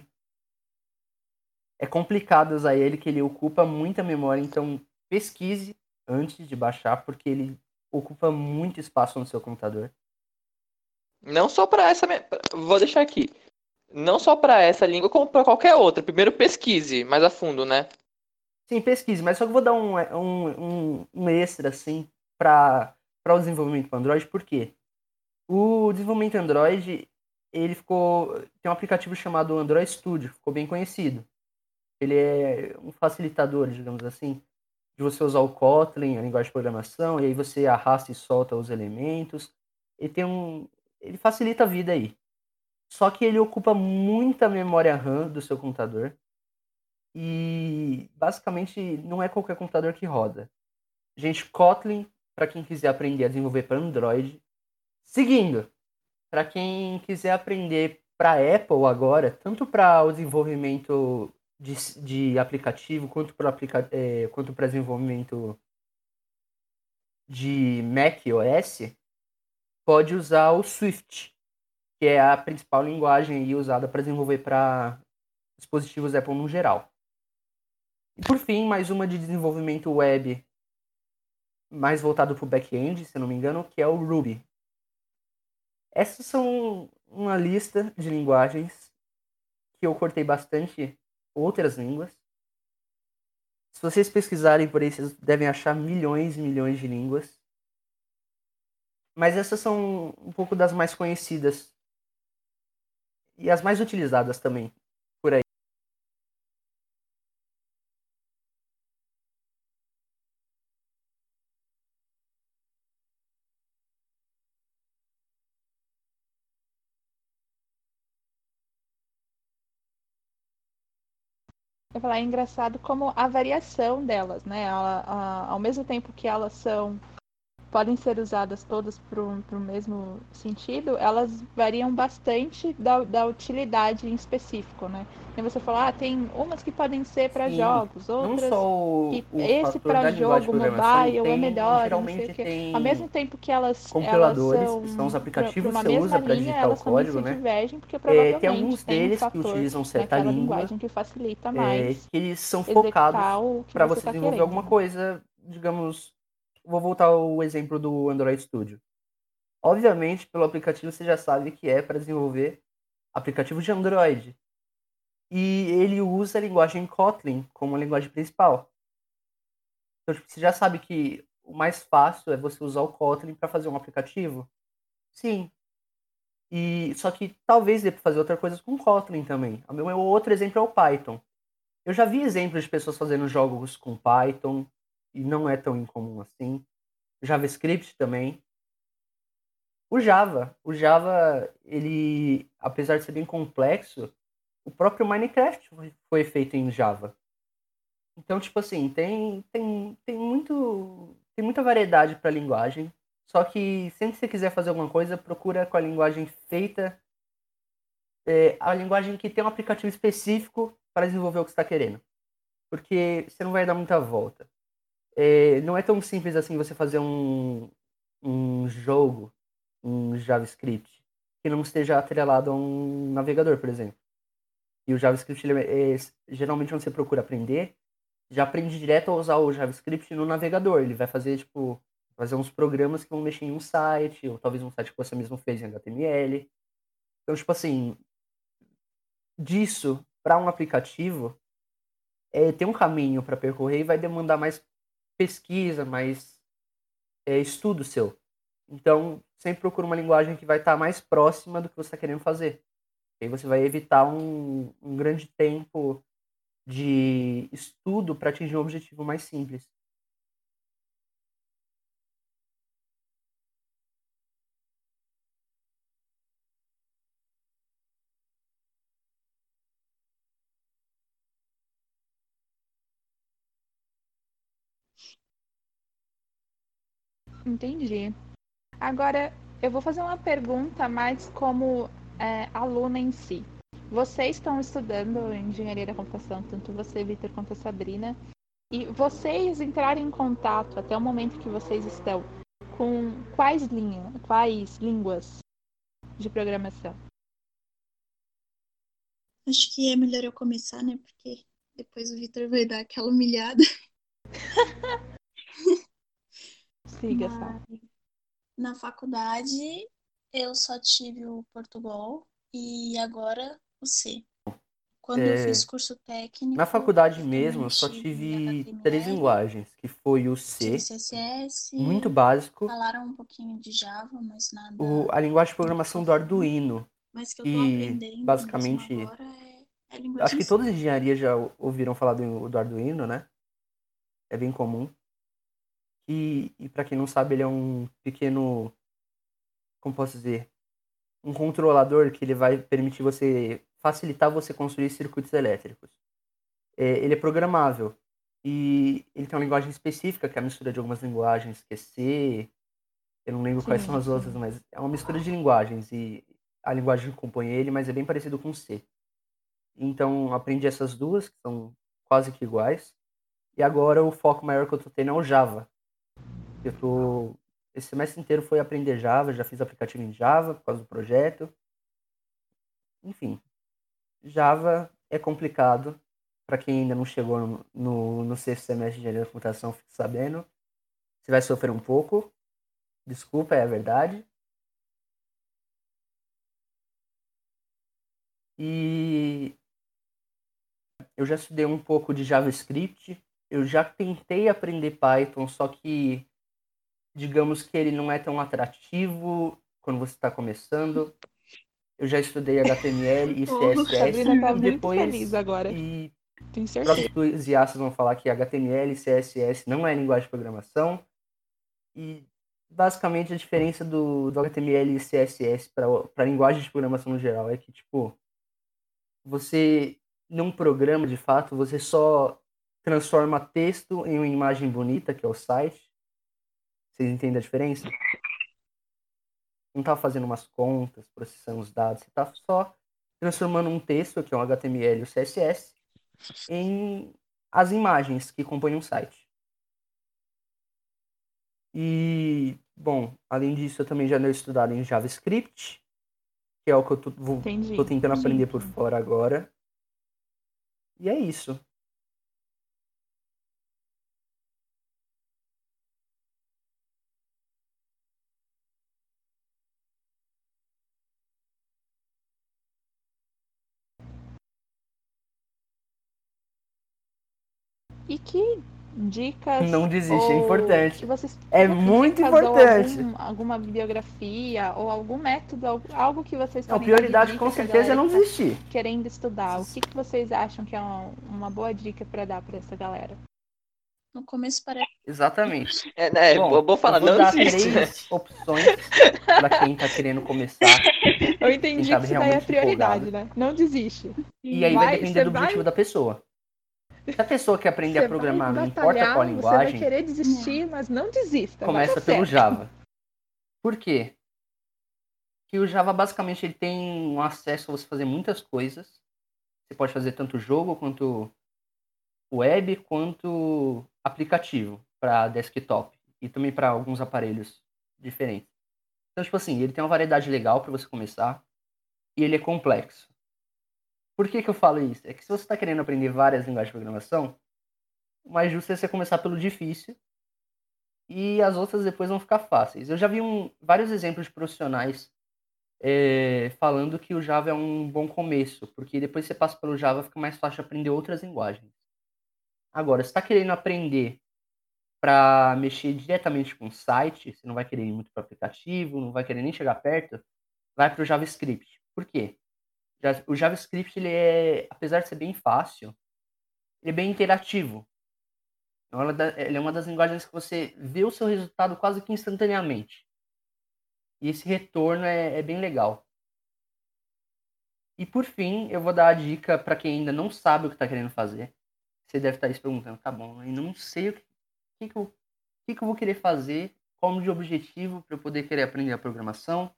É complicado usar ele, que ele ocupa muita memória. Então, pesquise antes de baixar, porque ele ocupa muito espaço no seu computador. Não só para essa. Vou deixar aqui. Não só para essa língua, como para qualquer outra. Primeiro pesquise mais a fundo, né? Sim, pesquise, mas só que eu vou dar um, um, um, um extra, assim, para o desenvolvimento para Android, por quê? O desenvolvimento Android, ele ficou... Tem um aplicativo chamado Android Studio, ficou bem conhecido. Ele é um facilitador, digamos assim, de você usar o Kotlin, a linguagem de programação, e aí você arrasta e solta os elementos. Ele tem um... Ele facilita a vida aí. Só que ele ocupa muita memória RAM do seu computador. E basicamente não é qualquer computador que roda. Gente, Kotlin, para quem quiser aprender a desenvolver para Android. Seguindo, para quem quiser aprender para Apple agora, tanto para o desenvolvimento de, de aplicativo, quanto para aplica, é, quanto para desenvolvimento de macOS, pode usar o Swift, que é a principal linguagem aí usada para desenvolver para dispositivos Apple no geral. E por fim, mais uma de desenvolvimento web mais voltado para o back-end, se não me engano, que é o Ruby. Essas são uma lista de linguagens que eu cortei bastante outras línguas. Se vocês pesquisarem por aí, vocês devem achar milhões e milhões de línguas. Mas essas são um pouco das mais conhecidas e as mais utilizadas também por aí. Eu falar, é engraçado como a variação delas, né? Ela, a, ao mesmo tempo que elas são podem ser usadas todas para o mesmo sentido, elas variam bastante da, da utilidade em específico, né? E você fala, ah, tem umas que podem ser para jogos, não outras só o, que o esse fator da para linguagem de jogo programação, mobile tem, é melhor, não sei geralmente o quê. tem Ao mesmo tempo que elas, elas compiladores, são que são os para aplicativos uma que você mesma usa para linha, digitar elas o também código, se né? divergem, porque É, provavelmente tem alguns tem um deles que fator utilizam certa naquela língua, linguagem que facilita é, mais que eles são executar focados o que para você você está desenvolver querendo, alguma né? coisa, digamos, vou voltar ao exemplo do Android Studio. Obviamente, pelo aplicativo você já sabe que é para desenvolver aplicativos de Android. E ele usa a linguagem Kotlin como a linguagem principal. Então, tipo, você já sabe que o mais fácil é você usar o Kotlin para fazer um aplicativo? Sim. E, só que talvez dê para fazer outras coisas com Kotlin também. O meu outro exemplo é o Python. Eu já vi exemplos de pessoas fazendo jogos com Python, e não é tão incomum assim. JavaScript também. O Java. O Java, ele, apesar de ser bem complexo, o próprio Minecraft foi feito em Java. Então, tipo assim, tem, tem, tem, muito, tem muita variedade para linguagem. Só que sempre que você quiser fazer alguma coisa, procura com a linguagem feita, é, a linguagem que tem um aplicativo específico para desenvolver o que você está querendo. Porque você não vai dar muita volta. É, não é tão simples assim você fazer um, um jogo, um JavaScript, que não esteja atrelado a um navegador, por exemplo. E o JavaScript, ele é, é, geralmente, quando você procura aprender, já aprende direto a usar o JavaScript no navegador. Ele vai fazer, tipo, fazer uns programas que vão mexer em um site, ou talvez um site que você mesmo fez em H T M L. Então, tipo assim, disso para um aplicativo, é, tem um caminho para percorrer e vai demandar mais pesquisa, mais é, estudo seu. Então, sempre procura uma linguagem que vai estar mais próxima do que você está querendo fazer. Aí você vai evitar um, um grande tempo de estudo para atingir um objetivo mais simples. Entendi. Agora, eu vou fazer uma pergunta mais como é, aluna em si. Vocês estão estudando engenharia da computação, tanto você, Vitor, quanto a Sabrina, e vocês entrarem em contato até o momento que vocês estão com quais linhas, quais línguas de programação? Acho que é melhor eu começar, né? Porque depois o Vitor vai dar aquela humilhada. Siga, Sá. Mas na faculdade eu só tive o Portugal e agora o C. Quando eu É, fiz curso técnico, Na faculdade eu mesmo, também eu só tive tive H T M L, três linguagens, que foi o tive C, C S S, muito básico, falaram um pouquinho de Java, mas nada o, a linguagem de muito programação do profundo. Arduino, Mas que eu tô que aprendendo mesmo basicamente, agora é, é a acho linguagem que C. todas as engenharias já ouviram falar do, do Arduino, né? É bem comum. E, e para quem não sabe, ele é um pequeno, como posso dizer, um controlador que ele vai permitir você, facilitar você construir circuitos elétricos. É, ele é programável e ele tem uma linguagem específica, que é a mistura de algumas linguagens, que é C, eu não lembro quais Sim, são as outras, sim. mas é uma mistura de linguagens e a linguagem que compõe ele, mas é bem parecido com C. Então, aprendi essas duas, que são quase que iguais. E agora o foco maior que eu tô tendo é o Java. Eu tô... Esse semestre inteiro foi aprender Java, já fiz aplicativo em Java por causa do projeto. Enfim, Java é complicado. Para quem ainda não chegou no, no, no sexto semestre de engenharia da computação, fique sabendo. Você vai sofrer um pouco. Desculpa, é a verdade. E eu já estudei um pouco de JavaScript. Eu já tentei aprender Python, só que digamos que ele não é tão atrativo quando você está começando. Eu já estudei H T M L e C S S. Sabrina tá e muito depois, feliz agora. E Tenho os certeza. entusiastas vão falar que H T M L e C S S não é linguagem de programação. E basicamente a diferença do, do H T M L e C S S para linguagem de programação no geral é que, tipo, você não programa de fato, você só transforma texto em uma imagem bonita, que é o site. Vocês entendem a diferença? Não está fazendo umas contas, processando os dados, você está só transformando um texto, que é um H T M L e o C S S, em as imagens que compõem um site. E, bom, além disso, eu também já andei estudado em JavaScript, que é o que eu tô, vou, Entendi. tô tentando aprender Sim. por fora agora. E é isso. E que dicas Não desiste, é ou importante. que vocês É que muito dicas ou importante. algum, alguma bibliografia ou algum método, algo, algo que vocês Não, podem dar de prioridade dica com pra certeza é galera não que tá desistir. querendo estudar. O que, que vocês acham que é uma, uma boa dica para dar para essa galera? No começo parece Exatamente. É, né, Bom, eu vou falar, eu vou não dar desiste. três opções para quem tá querendo começar. Eu entendi Quem tá que isso daí é realmente prioridade, empolgado. né? Não desiste. E aí vai Vai- depender você do objetivo vai- da pessoa. Se a pessoa quer aprender Você a programar, vai não importa batalhar, qual você vai linguagem, querer desistir, mas não desista. vai começa dar pelo certo. Java. Por quê? Porque o Java, basicamente, ele tem um acesso a você fazer muitas coisas. Você pode fazer tanto jogo, quanto web, quanto aplicativo para desktop. E também para alguns aparelhos diferentes. Então, tipo assim, ele tem uma variedade legal para você começar. E ele é complexo. Por que que eu falo isso? É que se você está querendo aprender várias linguagens de programação, o mais justo é você começar pelo difícil e as outras depois vão ficar fáceis. Eu já vi um, vários exemplos de profissionais é, falando que o Java é um bom começo, porque depois você passa pelo Java fica mais fácil de aprender outras linguagens. Agora, se está querendo aprender para mexer diretamente com o site, você não vai querer ir muito para o aplicativo, não vai querer nem chegar perto, vai para o JavaScript. Por quê? O JavaScript, ele é, apesar de ser bem fácil, ele é bem interativo. Ele é uma das linguagens que você vê o seu resultado quase que instantaneamente. E esse retorno é, é bem legal. E por fim, eu vou dar a dica para quem ainda não sabe o que está querendo fazer. Você deve estar se perguntando, tá bom, eu não sei o que, que, que, eu, que, que eu vou querer fazer, como de objetivo para eu poder querer aprender a programação.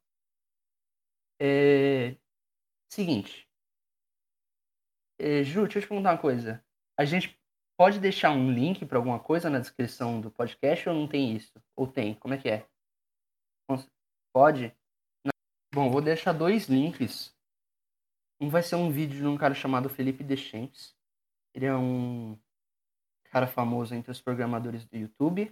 É... Seguinte, é, Ju, deixa eu te perguntar uma coisa. A gente pode deixar um link para alguma coisa na descrição do podcast ou não tem isso? Ou tem? Como é que é? Pode? Bom, vou deixar dois links. Um vai ser um vídeo de um cara chamado Felipe Deschamps. Ele é um cara famoso entre os programadores do YouTube.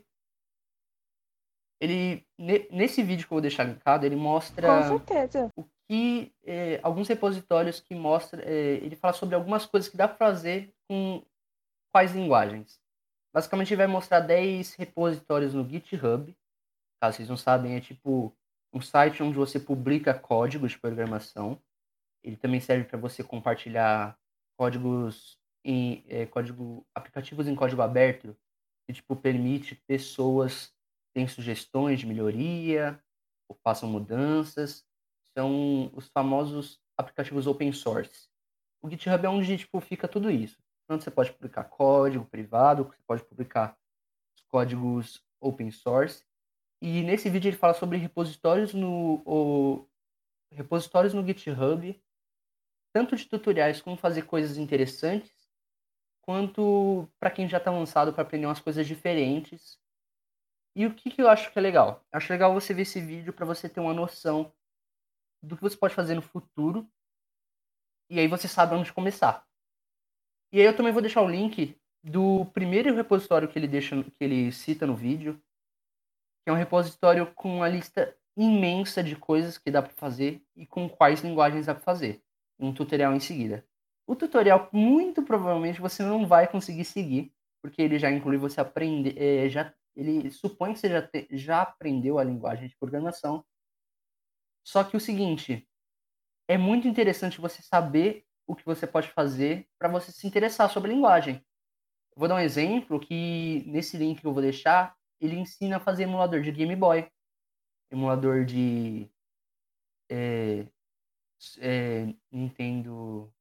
Ele, nesse vídeo que eu vou deixar linkado, ele mostra Com certeza. o que é, alguns repositórios que mostra, é, ele fala sobre algumas coisas que dá para fazer com quais linguagens. Basicamente, ele vai mostrar dez repositórios no GitHub. Caso vocês não sabem, é tipo um site onde você publica códigos de programação. Ele também serve para você compartilhar códigos em é, código, aplicativos em código aberto, que tipo permite que pessoas tenham sugestões de melhoria ou façam mudanças. São os famosos aplicativos open source. O GitHub é onde tipo fica tudo isso. Tanto você pode publicar código privado, você pode publicar os códigos open source. E nesse vídeo ele fala sobre repositórios no o, repositórios no GitHub, tanto de tutoriais como fazer coisas interessantes, quanto para quem já está lançado para aprender umas coisas diferentes. E o que, que eu acho que é legal? Eu acho legal você ver esse vídeo para você ter uma noção do que você pode fazer no futuro, e aí você sabe onde começar. E aí eu também vou deixar o link do primeiro repositório que ele, deixa, que ele cita no vídeo, que é um repositório com uma lista imensa de coisas que dá para fazer e com quais linguagens dá para fazer. Um tutorial em seguida. O tutorial, muito provavelmente, você não vai conseguir seguir, porque ele já inclui você aprender, é, já, ele supõe que você já, te, já aprendeu a linguagem de programação. Só que o seguinte, é muito interessante você saber o que você pode fazer para você se interessar sobre a linguagem. Eu vou dar um exemplo que, nesse link que eu vou deixar, ele ensina a fazer emulador de Game Boy, emulador de é, é, Nintendo,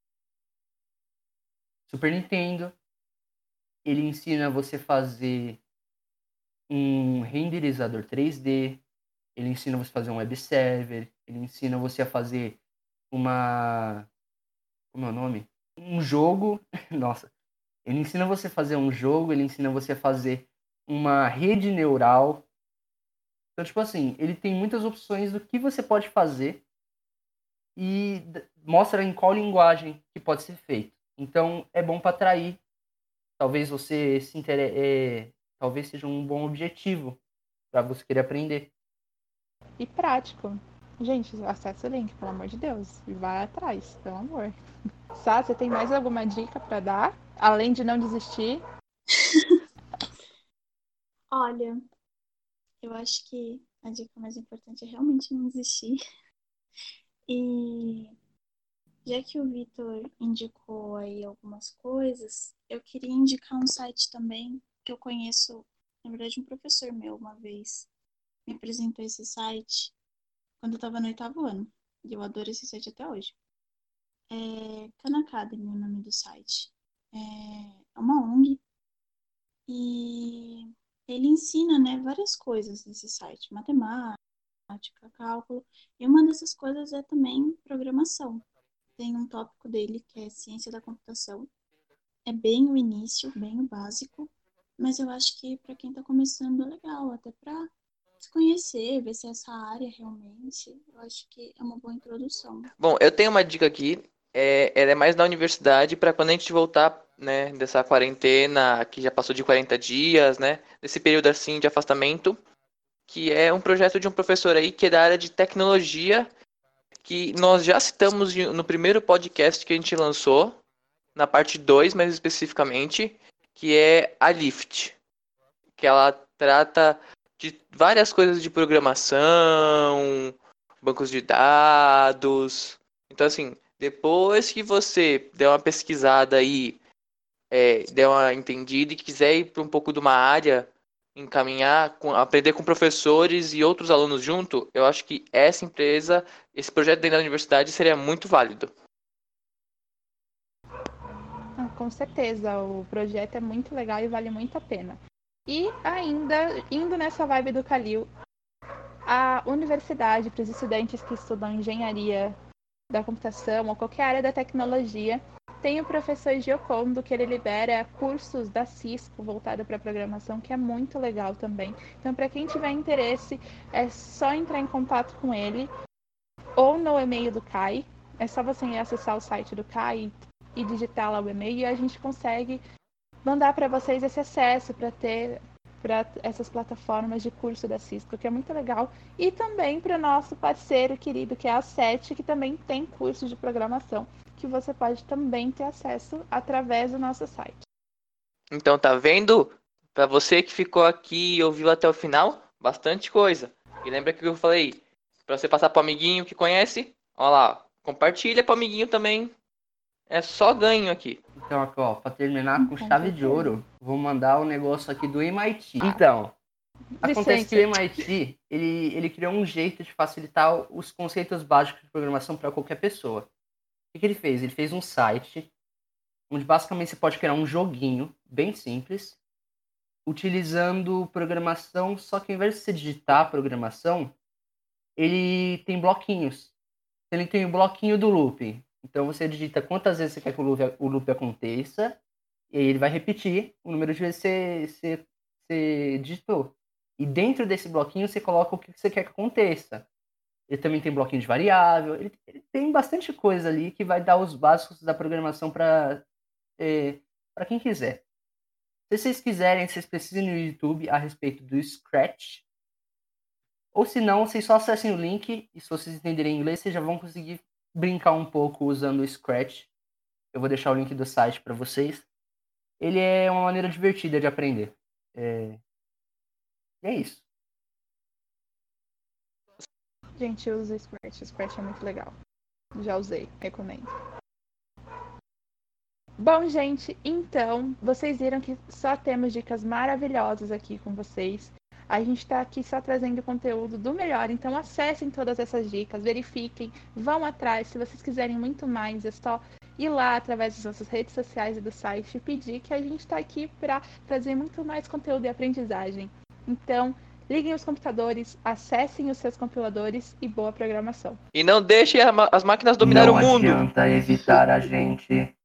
Super Nintendo. Ele ensina você a fazer um renderizador três D, ele ensina você a fazer um web server, ele ensina você a fazer uma... como é o nome? Um jogo, nossa, ele ensina você a fazer um jogo, ele ensina você a fazer uma rede neural. Então, tipo assim, ele tem muitas opções do que você pode fazer e mostra em qual linguagem que pode ser feito. Então, é bom para atrair. Talvez você se interesse, é, talvez seja um bom objetivo para você querer aprender. E prático. Gente, acessa o link, pelo amor de Deus. E vai atrás, pelo amor. Sá, você tem mais alguma dica para dar? Além de não desistir? Olha, eu acho que a dica mais importante é realmente não desistir. E já que o Vitor indicou aí algumas coisas, eu queria indicar um site também que eu conheço, na verdade, um professor meu uma vez me apresentou esse site quando eu estava no oitavo ano. E eu adoro esse site até hoje. É Khan Academy o nome do site. É, é uma O N G. E ele ensina, né, várias coisas nesse site. Matemática, cálculo. E uma dessas coisas é também programação. Tem um tópico dele que é ciência da computação. É bem o início, bem o básico. Mas eu acho que para quem está começando é legal, até para se conhecer, ver se é essa área realmente. Eu acho que é uma boa introdução. Bom, eu tenho uma dica aqui. É, ela é mais na universidade para quando a gente voltar, né, dessa quarentena que já passou de quarenta dias, né, desse período assim de afastamento, que é um projeto de um professor aí que é da área de tecnologia, que nós já citamos no primeiro podcast que a gente lançou, na parte dois mais especificamente, que é a Lift, que ela trata de várias coisas de programação, bancos de dados. Então, assim, depois que você der uma pesquisada aí, é, der uma entendida e quiser ir para um pouco de uma área, encaminhar, com, aprender com professores e outros alunos junto, eu acho que essa empresa, esse projeto dentro da universidade seria muito válido. Ah, com certeza, o projeto é muito legal e vale muito a pena. E ainda, indo nessa vibe do Calil, a universidade, para os estudantes que estudam engenharia da computação ou qualquer área da tecnologia, tem o professor Giocondo, que ele libera cursos da Cisco voltado para programação, que é muito legal também. Então, para quem tiver interesse, é só entrar em contato com ele ou no e-mail do C A I. É só você acessar o site do C A I e digitar lá o e-mail e a gente consegue mandar para vocês esse acesso para ter para essas plataformas de curso da Cisco, que é muito legal, e também para o nosso parceiro querido, que é a SET, que também tem curso de programação, que você pode também ter acesso através do nosso site. Então, tá vendo? Para você que ficou aqui e ouviu até o final, bastante coisa. E lembra que eu falei, para você passar para o amiguinho que conhece, ó lá, compartilha para o amiguinho também. É só ganho aqui. Então, aqui, ó, pra terminar com chave de ouro, vou mandar um negócio aqui do M I T. Então, acontece que o M I T, ele, ele criou um jeito de facilitar os conceitos básicos de programação para qualquer pessoa. O que, que ele fez? Ele fez um site onde basicamente você pode criar um joguinho bem simples, utilizando programação, só que ao invés de você digitar programação, ele tem bloquinhos. Ele tem o bloquinho do loop. Então você digita quantas vezes você quer que o loop, o loop aconteça, e aí ele vai repetir o número de vezes que você, você, você digitou. E dentro desse bloquinho você coloca o que você quer que aconteça. Ele também tem bloquinho de variável, ele, ele tem bastante coisa ali que vai dar os básicos da programação para é, para quem quiser. Se vocês quiserem, vocês precisam ir no YouTube a respeito do Scratch. Ou se não, vocês só acessem o link e se vocês entenderem inglês, vocês já vão conseguir brincar um pouco usando o Scratch. Eu vou deixar o link do site para vocês. Ele é uma maneira divertida de aprender. É... E é isso. Gente, eu uso o Scratch. O Scratch é muito legal. Já usei, recomendo. Bom, gente, então, vocês viram que só temos dicas maravilhosas aqui com vocês. A gente está aqui só trazendo conteúdo do melhor, então acessem todas essas dicas, verifiquem, vão atrás. Se vocês quiserem muito mais, é só ir lá através das nossas redes sociais e do site e pedir, que a gente está aqui para trazer muito mais conteúdo e aprendizagem. Então, liguem os computadores, acessem os seus compiladores e boa programação. E não deixem as máquinas dominar o mundo. Não adianta evitar a gente.